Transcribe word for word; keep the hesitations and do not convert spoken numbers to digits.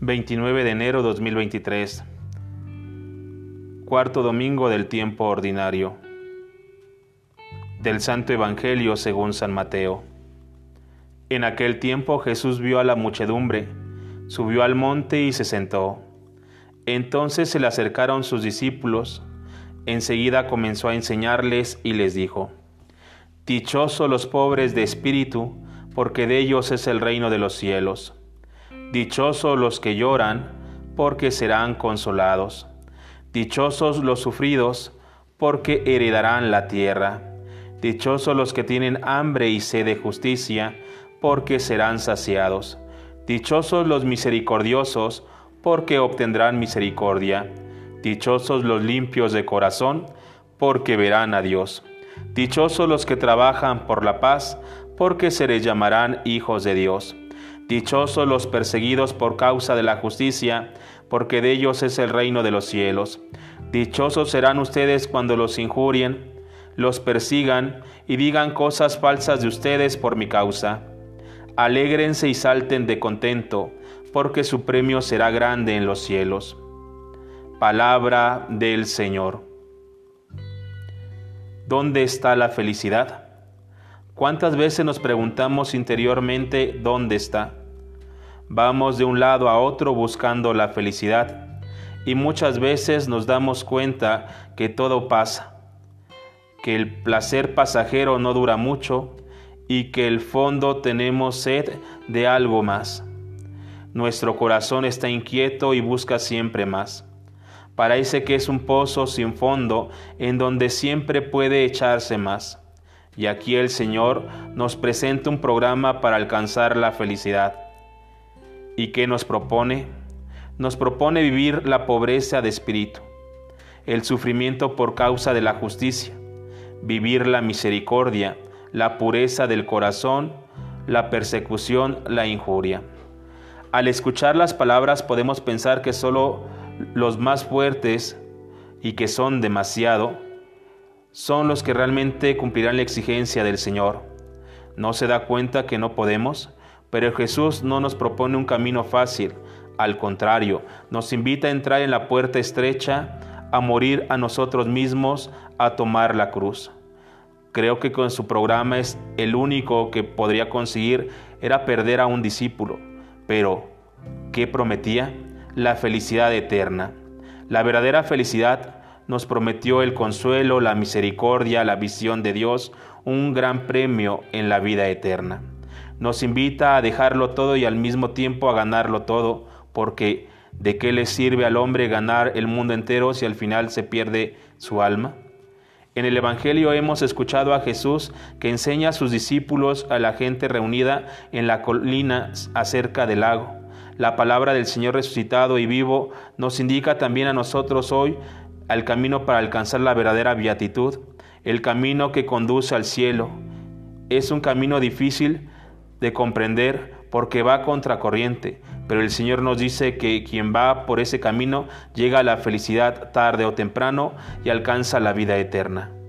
veintinueve de enero de dos mil veintitrés, cuarto domingo del tiempo ordinario. Del Santo Evangelio según San Mateo. En aquel tiempo Jesús vio a la muchedumbre, subió al monte y se sentó. Entonces se le acercaron sus discípulos. Enseguida comenzó a enseñarles y les dijo: Dichosos los pobres de espíritu, porque de ellos es el reino de los cielos. Dichosos los que lloran, porque serán consolados. Dichosos los sufridos, porque heredarán la tierra. Dichosos los que tienen hambre y sed de justicia, porque serán saciados. Dichosos los misericordiosos, porque obtendrán misericordia. Dichosos los limpios de corazón, porque verán a Dios. Dichosos los que trabajan por la paz, porque se les llamarán hijos de Dios. Dichosos los perseguidos por causa de la justicia, porque de ellos es el reino de los cielos. Dichosos serán ustedes cuando los injurien, los persigan y digan cosas falsas de ustedes por mi causa. Alégrense y salten de contento, porque su premio será grande en los cielos. Palabra del Señor. ¿Dónde está la felicidad? ¿Cuántas veces nos preguntamos interiormente dónde está? Vamos de un lado a otro buscando la felicidad y muchas veces nos damos cuenta que todo pasa, que el placer pasajero no dura mucho y que el fondo tenemos sed de algo más. Nuestro corazón está inquieto y busca siempre más. Parece que es un pozo sin fondo en donde siempre puede echarse más. Y aquí el Señor nos presenta un programa para alcanzar la felicidad. ¿Y qué nos propone? Nos propone vivir la pobreza de espíritu, el sufrimiento por causa de la justicia, vivir la misericordia, la pureza del corazón, la persecución, la injuria. Al escuchar las palabras podemos pensar que solo los más fuertes y que son demasiado son los que realmente cumplirán la exigencia del Señor. No se da cuenta que no podemos, pero Jesús no nos propone un camino fácil. Al contrario, nos invita a entrar en la puerta estrecha, a morir a nosotros mismos, a tomar la cruz. Creo que con su programa es el único que podría conseguir era perder a un discípulo. Pero, ¿qué prometía? La felicidad eterna. La verdadera felicidad nos prometió el consuelo, la misericordia, la visión de Dios, un gran premio en la vida eterna. Nos invita a dejarlo todo y al mismo tiempo a ganarlo todo, porque ¿de qué le sirve al hombre ganar el mundo entero si al final se pierde su alma? En el Evangelio hemos escuchado a Jesús que enseña a sus discípulos, a la gente reunida en la colina acerca del lago. La palabra del Señor resucitado y vivo nos indica también a nosotros hoy al camino para alcanzar la verdadera beatitud, el camino que conduce al cielo. Es un camino difícil de comprender porque va contracorriente, pero el Señor nos dice que quien va por ese camino llega a la felicidad tarde o temprano y alcanza la vida eterna.